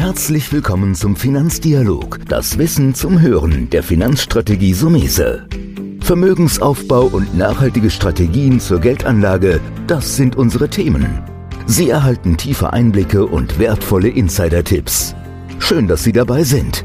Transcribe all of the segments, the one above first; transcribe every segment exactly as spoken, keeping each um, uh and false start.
Herzlich willkommen zum Finanzdialog, das Wissen zum Hören der Finanzstrategie Sumese. Vermögensaufbau und nachhaltige Strategien zur Geldanlage, das sind unsere Themen. Sie erhalten tiefe Einblicke und wertvolle Insider-Tipps. Schön, dass Sie dabei sind.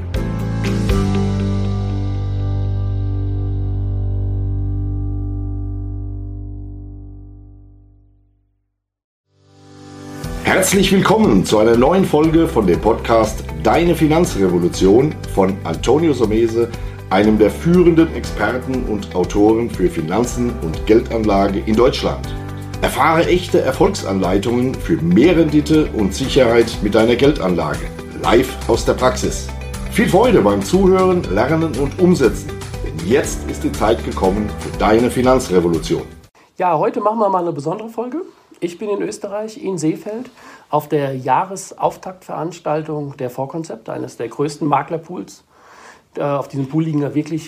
Herzlich willkommen zu einer neuen Folge von dem Podcast Deine Finanzrevolution von Antonio Sumese, einem der führenden Experten und Autoren für Finanzen und Geldanlage in Deutschland. Erfahre echte Erfolgsanleitungen für mehr Rendite und Sicherheit mit deiner Geldanlage. Live aus der Praxis. Viel Freude beim Zuhören, Lernen und Umsetzen. Denn jetzt ist die Zeit gekommen für deine Finanzrevolution. Ja, heute machen wir mal eine besondere Folge. Ich bin in Österreich, in Seefeld, auf der Jahresauftaktveranstaltung der Fondskonzept, eines der größten Maklerpools. Auf diesem Pool liegen da wirklich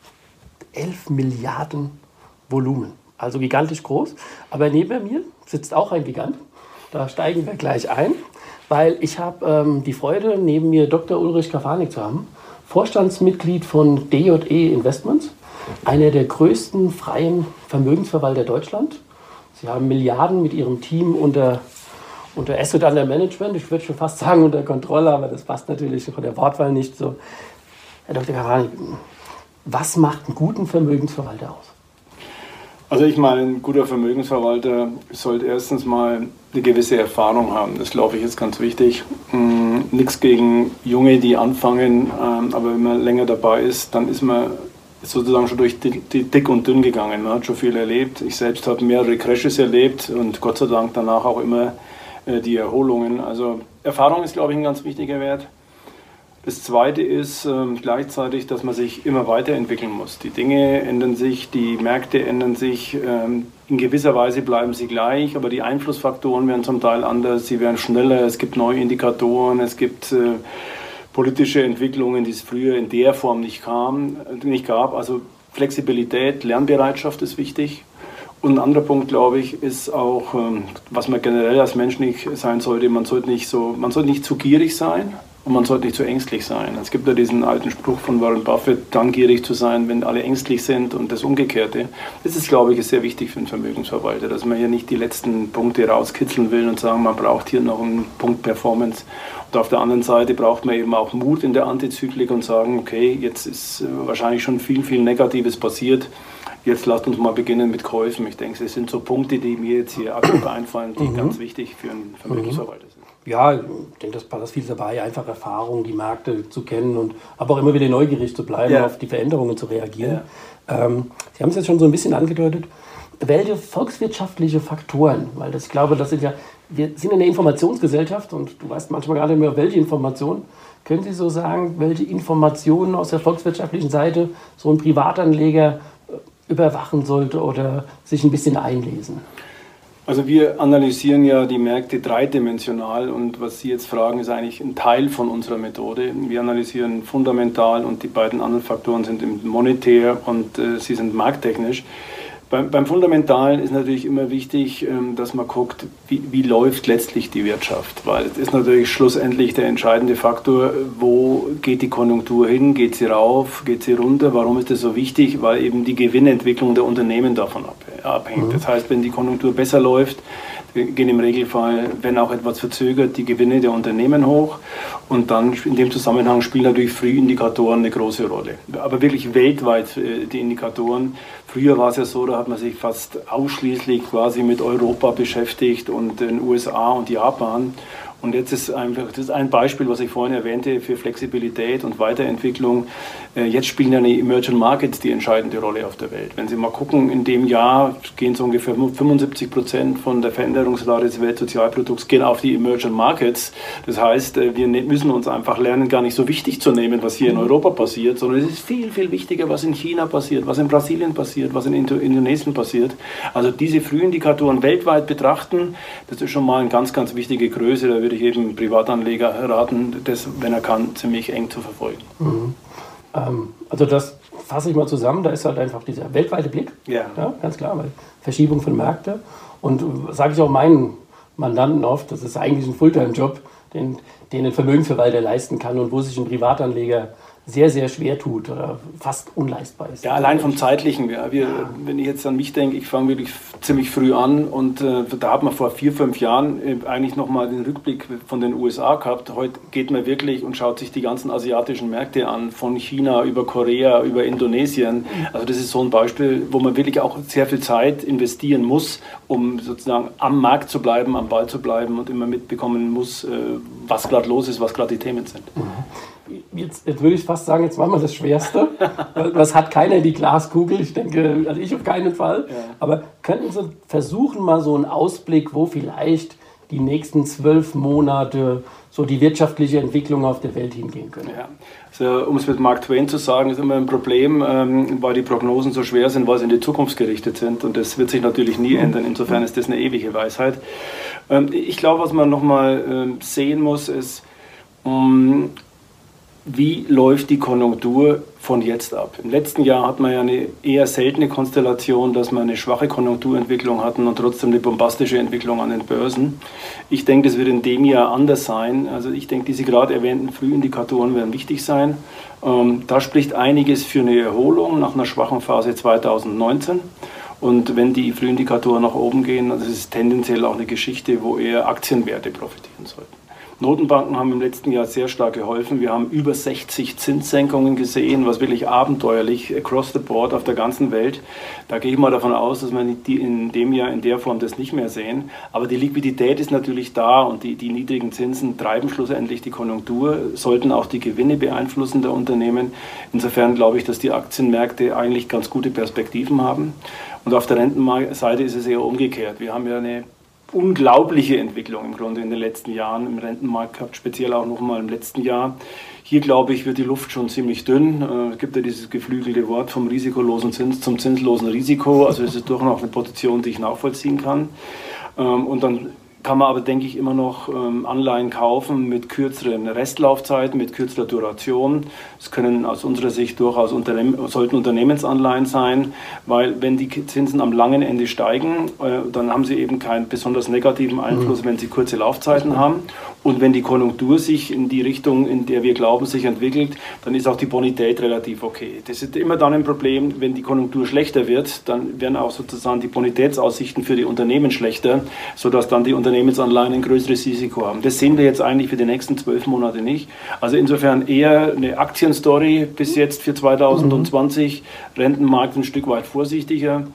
elf Milliarden Volumen, also gigantisch groß. Aber neben mir sitzt auch ein Gigant, da steigen wir gleich ein, weil ich habe ähm, die Freude, neben mir Doktor Ulrich Kafanik zu haben, Vorstandsmitglied von D J E Investments, einer der größten freien Vermögensverwalter Deutschlands. Sie haben Milliarden mit Ihrem Team unter, unter Asset Under Management, ich würde schon fast sagen unter Kontrolle, aber das passt natürlich von der Wortwahl nicht so. Herr Doktor Kafanik, was macht einen guten Vermögensverwalter aus? Also ich meine, ein guter Vermögensverwalter sollte erstens mal eine gewisse Erfahrung haben. Das glaube ich ist ganz wichtig. Hm, nichts gegen Junge, die anfangen, ähm, aber wenn man länger dabei ist, dann ist man sozusagen schon durch die, die dick und dünn gegangen. Man hat schon viel erlebt. Ich selbst habe mehrere Crashes erlebt und Gott sei Dank danach auch immer äh, die Erholungen. Also Erfahrung ist, glaube ich, ein ganz wichtiger Wert. Das Zweite ist ähm, gleichzeitig, dass man sich immer weiterentwickeln muss. Die Dinge ändern sich, die Märkte ändern sich. Ähm, in gewisser Weise bleiben sie gleich, aber die Einflussfaktoren werden zum Teil anders. Sie werden schneller. Es gibt neue Indikatoren. Es gibt äh, politische Entwicklungen, die es früher in der Form nicht, kam, nicht gab. Also Flexibilität, Lernbereitschaft ist wichtig. Und ein anderer Punkt, glaube ich, ist auch, was man generell als Mensch nicht sein sollte, man sollte nicht, so, man sollte nicht zu gierig sein und man sollte nicht zu ängstlich sein. Es gibt ja diesen alten Spruch von Warren Buffett, dann gierig zu sein, wenn alle ängstlich sind und das Umgekehrte. Das ist, glaube ich, sehr wichtig für einen Vermögensverwalter, dass man hier nicht die letzten Punkte rauskitzeln will und sagen, man braucht hier noch einen Punkt Performance. Und auf der anderen Seite braucht man eben auch Mut in der Antizyklik und sagen, okay, jetzt ist wahrscheinlich schon viel, viel Negatives passiert. Jetzt lasst uns mal beginnen mit Käufen. Ich denke, das sind so Punkte, die mir jetzt hier aktuell einfallen, die mhm. ganz wichtig für einen Vermögensverwalter sind. Ja, ich denke, das passt viel dabei, einfach Erfahrung, die Märkte zu kennen und aber auch immer wieder neugierig zu bleiben, ja. auf die Veränderungen zu reagieren. Ja. Ähm, Sie haben es jetzt schon so ein bisschen angedeutet. Welche volkswirtschaftliche Faktoren, weil das, ich glaube, das sind ja, wir sind eine Informationsgesellschaft und du weißt manchmal gar nicht mehr, welche Informationen. Können Sie so sagen, welche Informationen aus der volkswirtschaftlichen Seite so ein Privatanleger überwachen sollte oder sich ein bisschen einlesen? Also wir analysieren ja die Märkte dreidimensional und was Sie jetzt fragen, ist eigentlich ein Teil von unserer Methode. Wir analysieren fundamental und die beiden anderen Faktoren sind monetär und äh, sie sind markttechnisch. Beim, beim Fundamentalen ist natürlich immer wichtig, ähm, dass man guckt, wie, wie läuft letztlich die Wirtschaft, weil es ist natürlich schlussendlich der entscheidende Faktor, wo geht die Konjunktur hin, geht sie rauf, geht sie runter, warum ist das so wichtig, weil eben die Gewinnentwicklung der Unternehmen davon abhängt. Mhm. Das heißt, wenn die Konjunktur besser läuft, gehen im Regelfall, wenn auch etwas verzögert, die Gewinne der Unternehmen hoch und dann in dem Zusammenhang spielen natürlich Frühindikatoren eine große Rolle. Aber wirklich weltweit die Indikatoren. Früher war es ja so, da hat man sich fast ausschließlich quasi mit Europa beschäftigt und den U S A und Japan. Und jetzt ist einfach, das ist ein Beispiel, was ich vorhin erwähnte, für Flexibilität und Weiterentwicklung. Jetzt spielen ja die Emerging Markets die entscheidende Rolle auf der Welt. Wenn Sie mal gucken, in dem Jahr gehen so ungefähr fünfundsiebzig Prozent von der Veränderungsrate des Weltsozialprodukts gehen auf die Emerging Markets. Das heißt, wir müssen uns einfach lernen, gar nicht so wichtig zu nehmen, was hier in Europa passiert, sondern es ist viel, viel wichtiger, was in China passiert, was in Brasilien passiert, was in Indonesien passiert. Also diese Frühindikatoren weltweit betrachten, das ist schon mal eine ganz, ganz wichtige Größe. Da würde ich jedem Privatanleger raten, das, wenn er kann, ziemlich eng zu verfolgen. Mhm. Ähm, also das fasse ich mal zusammen, da ist halt einfach dieser weltweite Blick, ja. Ja, ganz klar, weil Verschiebung von Märkten und sage ich auch meinen Mandanten oft, das ist eigentlich ein Fulltime-Job, den, den ein Vermögensverwalter leisten kann und wo sich ein Privatanleger sehr, sehr schwer tut oder fast unleistbar ist. Ja, allein vom Zeitlichen. Ja. Wir, wenn ich jetzt an mich denke, ich fange wirklich ziemlich früh an und äh, da hat man vor vier, fünf Jahren äh, eigentlich nochmal den Rückblick von den U S A gehabt. Heute geht man wirklich und schaut sich die ganzen asiatischen Märkte an, von China über Korea, über Indonesien. Also das ist so ein Beispiel, wo man wirklich auch sehr viel Zeit investieren muss, um sozusagen am Markt zu bleiben, am Ball zu bleiben und immer mitbekommen muss, äh, was gerade los ist, was gerade die Themen sind. Mhm. Jetzt, jetzt würde ich fast sagen, jetzt machen wir das Schwerste. Das hat keiner die Glaskugel, ich denke, also ich auf keinen Fall. Ja. Aber könnten Sie versuchen, mal so einen Ausblick, wo vielleicht die nächsten zwölf Monate so die wirtschaftliche Entwicklung auf der Welt hingehen können? Ja. Also, um es mit Mark Twain zu sagen, ist immer ein Problem, ähm, weil die Prognosen so schwer sind, weil sie in die Zukunft gerichtet sind. Und das wird sich natürlich nie ändern. Insofern ist das eine ewige Weisheit. Ähm, ich glaube, was man nochmal ähm, sehen muss, ist, um, wie läuft die Konjunktur von jetzt ab? Im letzten Jahr hat man ja eine eher seltene Konstellation, dass wir eine schwache Konjunkturentwicklung hatten und trotzdem eine bombastische Entwicklung an den Börsen. Ich denke, das wird in dem Jahr anders sein. Also ich denke, diese gerade erwähnten Frühindikatoren werden wichtig sein. Ähm, da spricht einiges für eine Erholung nach einer schwachen Phase zweitausendneunzehn. Und wenn die Frühindikatoren nach oben gehen, das ist tendenziell auch eine Geschichte, wo eher Aktienwerte profitieren sollten. Notenbanken haben im letzten Jahr sehr stark geholfen. Wir haben über sechzig Zinssenkungen gesehen, was wirklich abenteuerlich across the board auf der ganzen Welt. Da gehe ich mal davon aus, dass wir in dem Jahr in der Form das nicht mehr sehen. Aber die Liquidität ist natürlich da und die, die niedrigen Zinsen treiben schlussendlich die Konjunktur, sollten auch die Gewinne beeinflussen der Unternehmen. Insofern glaube ich, dass die Aktienmärkte eigentlich ganz gute Perspektiven haben. Und auf der Rentenseite ist es eher umgekehrt. Wir haben ja eine unglaubliche Entwicklung im Grunde in den letzten Jahren im Rentenmarkt gehabt, speziell auch noch mal im letzten Jahr. Hier, glaube ich, wird die Luft schon ziemlich dünn. Es gibt ja dieses geflügelte Wort vom risikolosen Zins zum zinslosen Risiko. Also es ist doch noch eine Position, die ich nachvollziehen kann. Und dann kann man aber, denke ich, immer noch ähm, Anleihen kaufen mit kürzeren Restlaufzeiten, mit kürzerer Duration. Es können aus unserer Sicht durchaus Unternehmen, sollten Unternehmensanleihen sein, weil wenn die Zinsen am langen Ende steigen, äh, dann haben sie eben keinen besonders negativen Einfluss, mhm. wenn sie kurze Laufzeiten haben. Und wenn die Konjunktur sich in die Richtung, in der wir glauben, sich entwickelt, dann ist auch die Bonität relativ okay. Das ist immer dann ein Problem, wenn die Konjunktur schlechter wird, dann werden auch sozusagen die Bonitätsaussichten für die Unternehmen schlechter, sodass dann die Unternehmensanleihen ein größeres Risiko haben. Das sehen wir jetzt eigentlich für die nächsten zwölf Monate nicht. Also insofern eher eine Aktienstory bis jetzt für zweitausendzwanzig, mhm. Rentenmarkt ein Stück weit vorsichtiger.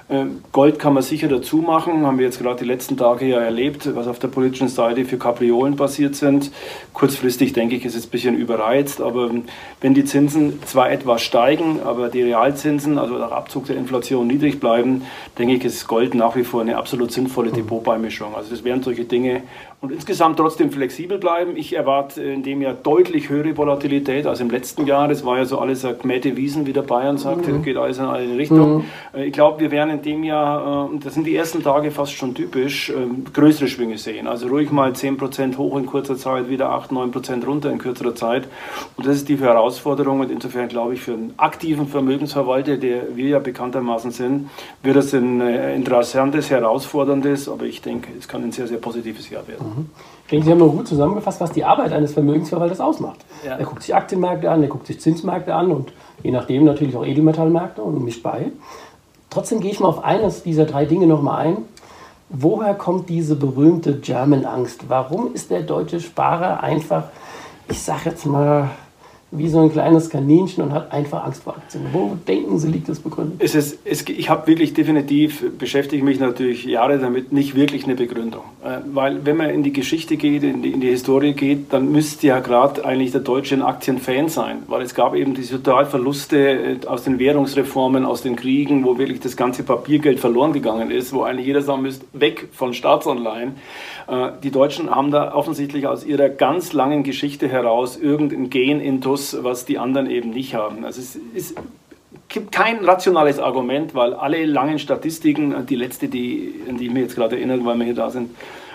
Gold kann man sicher dazu machen, haben wir jetzt gerade die letzten Tage ja erlebt, was auf der politischen Seite für Kapriolen passiert sind. Kurzfristig, denke ich, ist es ein bisschen überreizt, aber wenn die Zinsen zwar etwas steigen, aber die Realzinsen, also nach Abzug der Inflation niedrig bleiben, denke ich, ist Gold nach wie vor eine absolut sinnvolle Depotbeimischung. Also das wären solche Dinge. Und insgesamt trotzdem flexibel bleiben. Ich erwarte in dem Jahr deutlich höhere Volatilität als im letzten Jahr. Das war ja so alles gemähte Wiesen, wie der Bayern sagt, mhm. geht alles in eine Richtung. Mhm. Ich glaube, wir werden in dem Jahr, das sind die ersten Tage fast schon typisch, größere Schwünge sehen. Also ruhig mal zehn Prozent hoch in kurzer Zeit, wieder acht, neun Prozent runter in kürzerer Zeit. Und das ist die Herausforderung. Und insofern glaube ich, für einen aktiven Vermögensverwalter, der wir ja bekanntermaßen sind, wird das ein interessantes, herausforderndes, aber ich denke, es kann ein sehr, sehr positives Jahr werden. Ich denke, Sie haben noch gut zusammengefasst, was die Arbeit eines Vermögensverwalters ausmacht. Ja. Er guckt sich Aktienmärkte an, er guckt sich Zinsmärkte an und je nachdem natürlich auch Edelmetallmärkte und mischt bei. Trotzdem gehe ich mal auf eines dieser drei Dinge nochmal ein. Woher kommt diese berühmte German-Angst? Warum ist der deutsche Sparer einfach, ich sage jetzt mal, wie so ein kleines Kaninchen und hat einfach Angst vor Aktien? Wo denken Sie, liegt das begründet? Es ist, es, ich habe wirklich definitiv, beschäftige mich natürlich Jahre damit, nicht wirklich eine Begründung. Äh, weil wenn man in die Geschichte geht, in die, in die Historie geht, dann müsste ja gerade eigentlich der Deutsche ein Aktienfan sein. Weil es gab eben diese Totalverluste aus den Währungsreformen, aus den Kriegen, wo wirklich das ganze Papiergeld verloren gegangen ist, wo eigentlich jeder sagen müsste, weg von Staatsanleihen. Äh, die Deutschen haben da offensichtlich aus ihrer ganz langen Geschichte heraus irgendein Gen-Intus, was die anderen eben nicht haben. Also es ist, gibt kein rationales Argument, weil alle langen Statistiken, die letzte, die, an die ich mich jetzt gerade erinnere, weil wir hier da sind,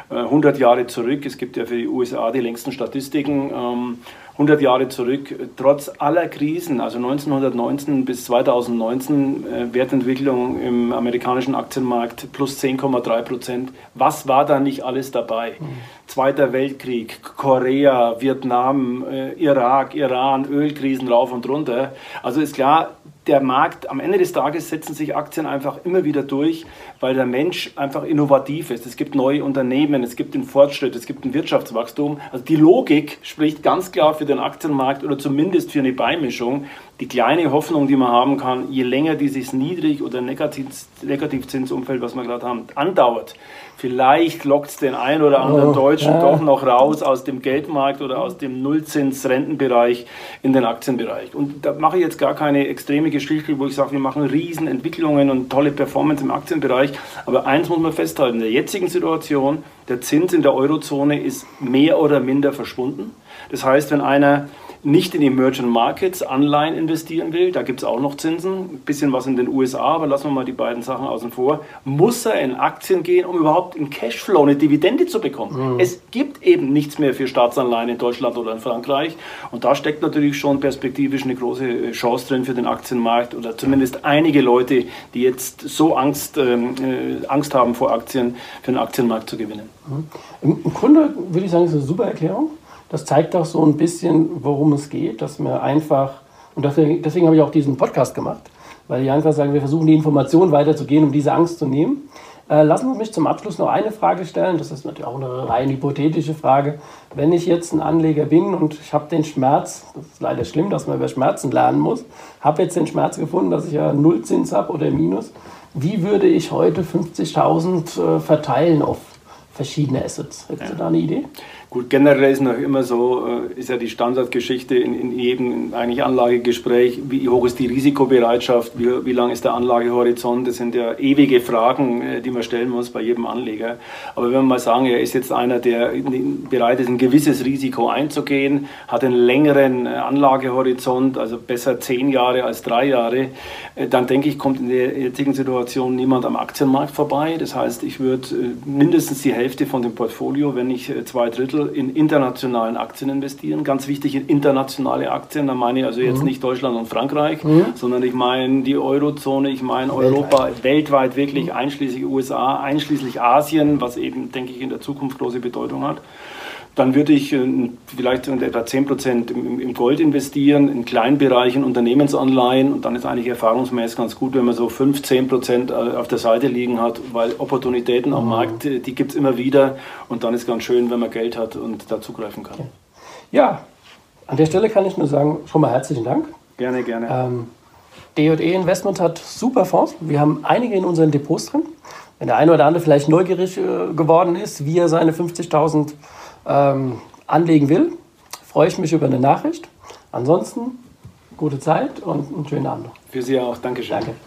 hundert Jahre zurück. Es gibt ja für die U S A die längsten Statistiken. hundert Jahre zurück, trotz aller Krisen, also neunzehnhundertneunzehn bis zweitausendneunzehn, äh, Wertentwicklung im amerikanischen Aktienmarkt plus zehn Komma drei Prozent. Was war da nicht alles dabei? Mhm. Zweiter Weltkrieg, Korea, Vietnam, äh, Irak, Iran, Ölkrisen rauf und runter. Also ist klar, der Markt, am Ende des Tages setzen sich Aktien einfach immer wieder durch, weil der Mensch einfach innovativ ist. Es gibt neue Unternehmen, es gibt den Fortschritt, es gibt ein Wirtschaftswachstum. Also die Logik spricht ganz klar für den Aktienmarkt oder zumindest für eine Beimischung. Die kleine Hoffnung, die man haben kann, je länger dieses Niedrig- oder Negativ Negativzinsumfeld, was wir gerade haben, andauert, vielleicht lockt es den einen oder anderen oh, Deutschen ja. doch noch raus aus dem Geldmarkt oder aus dem Nullzins-Rentenbereich in den Aktienbereich. Und da mache ich jetzt gar keine extreme Geschichte, wo ich sage, wir machen riesen Entwicklungen und tolle Performance im Aktienbereich. Aber eins muss man festhalten, in der jetzigen Situation, der Zins in der Eurozone ist mehr oder minder verschwunden. Das heißt, wenn einer nicht in Emerging Markets Anleihen investieren will, da gibt es auch noch Zinsen, ein bisschen was in den U S A, aber lassen wir mal die beiden Sachen außen vor, muss er in Aktien gehen, um überhaupt in Cashflow eine Dividende zu bekommen. Mhm. Es gibt eben nichts mehr für Staatsanleihen in Deutschland oder in Frankreich und da steckt natürlich schon perspektivisch eine große Chance drin für den Aktienmarkt oder zumindest einige Leute, die jetzt so Angst, ähm, äh, Angst haben vor Aktien, für den Aktienmarkt zu gewinnen. Mhm. Im Grunde würde ich sagen, das ist eine super Erklärung. Das zeigt auch so ein bisschen, worum es geht, dass wir einfach, und deswegen, deswegen habe ich auch diesen Podcast gemacht, weil ich einfach sagen, wir versuchen die Information weiterzugehen, um diese Angst zu nehmen. Äh, lassen Sie mich zum Abschluss noch eine Frage stellen, das ist natürlich auch eine rein hypothetische Frage. Wenn ich jetzt ein Anleger bin und ich habe den Schmerz, das ist leider schlimm, dass man über Schmerzen lernen muss, habe jetzt den Schmerz gefunden, dass ich ja Nullzins habe oder Minus, wie würde ich heute fünfzigtausend äh, verteilen auf verschiedene Assets? Hättest du da eine Idee? Gut, generell ist noch immer so, ist ja die Standardgeschichte in, in jedem eigentlich Anlagegespräch, wie hoch ist die Risikobereitschaft, wie, wie lang ist der Anlagehorizont, das sind ja ewige Fragen, die man stellen muss bei jedem Anleger. Aber wenn wir mal sagen, er ist jetzt einer, der bereit ist, ein gewisses Risiko einzugehen, hat einen längeren Anlagehorizont, also besser zehn Jahre als drei Jahre, dann denke ich, kommt in der jetzigen Situation niemand am Aktienmarkt vorbei. Das heißt, ich würde mindestens die Hälfte von dem Portfolio, wenn nicht zwei Drittel, in internationalen Aktien investieren. Ganz wichtig in internationale Aktien, da meine ich also jetzt mhm. nicht Deutschland und Frankreich, mhm. sondern ich meine die Eurozone, ich meine Europa, weltweit, weltweit wirklich, mhm. einschließlich U S A, einschließlich Asien, was eben, denke ich, in der Zukunft große Bedeutung hat. Dann würde ich vielleicht etwa zehn Prozent im Gold investieren, in Kleinbereichen, Unternehmensanleihen und dann ist eigentlich erfahrungsmäßig ganz gut, wenn man so fünf, zehn Prozent auf der Seite liegen hat, weil Opportunitäten am mhm. Markt, die gibt es immer wieder und dann ist ganz schön, wenn man Geld hat und da zugreifen kann. Okay. Ja, an der Stelle kann ich nur sagen, schon mal herzlichen Dank. Gerne, gerne. Ähm, D J E Investment hat super Fonds, wir haben einige in unseren Depots drin. Wenn der eine oder andere vielleicht neugierig äh, geworden ist, wie er seine fünfzigtausend Ähm, anlegen will, freue ich mich über eine Nachricht. Ansonsten gute Zeit und einen schönen Abend. Für Sie auch. Dankeschön. Danke.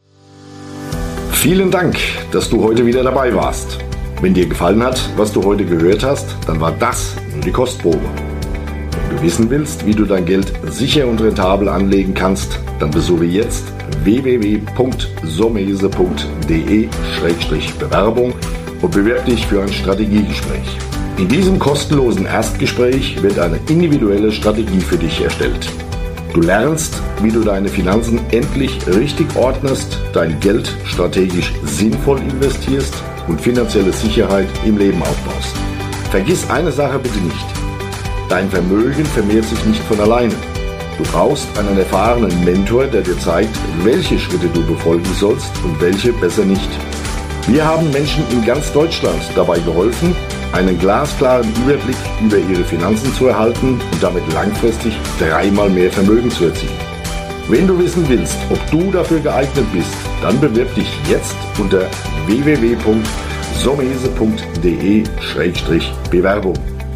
Vielen Dank, dass du heute wieder dabei warst. Wenn dir gefallen hat, was du heute gehört hast, dann war das nur die Kostprobe. Wenn du wissen willst, wie du dein Geld sicher und rentabel anlegen kannst, dann besuche jetzt w w w punkt somese punkt d e Schrägstrich Bewerbung und bewirb dich für ein Strategiegespräch. In diesem kostenlosen Erstgespräch wird eine individuelle Strategie für dich erstellt. Du lernst, wie du deine Finanzen endlich richtig ordnest, dein Geld strategisch sinnvoll investierst und finanzielle Sicherheit im Leben aufbaust. Vergiss eine Sache bitte nicht. Dein Vermögen vermehrt sich nicht von alleine. Du brauchst einen erfahrenen Mentor, der dir zeigt, welche Schritte du befolgen sollst und welche besser nicht. Wir haben Menschen in ganz Deutschland dabei geholfen, einen glasklaren Überblick über ihre Finanzen zu erhalten und damit langfristig dreimal mehr Vermögen zu erzielen. Wenn du wissen willst, ob du dafür geeignet bist, dann bewirb dich jetzt unter w w w punkt somese punkt d e Schrägstrich Bewerbung.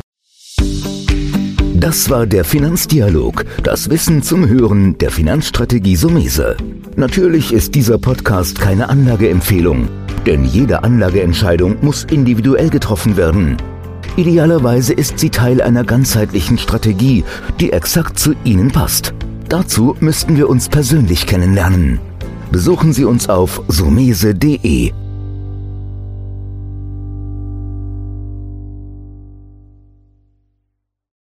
Das war der Finanzdialog, das Wissen zum Hören der Finanzstrategie Somese. Natürlich ist dieser Podcast keine Anlageempfehlung, denn jede Anlageentscheidung muss individuell getroffen werden. Idealerweise ist sie Teil einer ganzheitlichen Strategie, die exakt zu Ihnen passt. Dazu müssten wir uns persönlich kennenlernen. Besuchen Sie uns auf somese punkt d e.